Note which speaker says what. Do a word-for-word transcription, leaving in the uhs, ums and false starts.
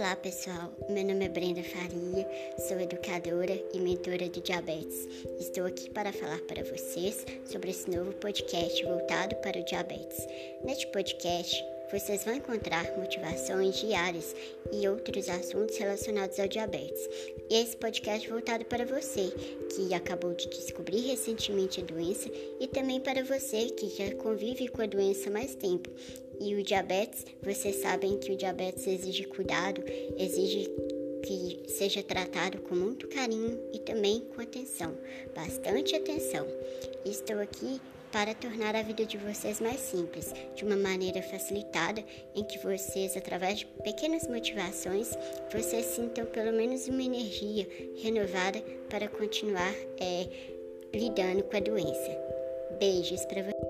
Speaker 1: Olá pessoal, meu nome é Brenda Faria, sou educadora e mentora de diabetes. Estou aqui para falar para vocês sobre esse novo podcast voltado para o diabetes. Neste podcast, vocês vão encontrar motivações diárias e outros assuntos relacionados ao diabetes. E esse podcast é voltado para você que acabou de descobrir recentemente a doença e também para você que já convive com a doença há mais tempo. E o diabetes, vocês sabem que o diabetes exige cuidado, exige que seja tratado com muito carinho e também com atenção, bastante atenção. Estou aqui para tornar a vida de vocês mais simples, de uma maneira facilitada, em que vocês, através de pequenas motivações, vocês sintam pelo menos uma energia renovada para continuar é, lidando com a doença. Beijos para vocês.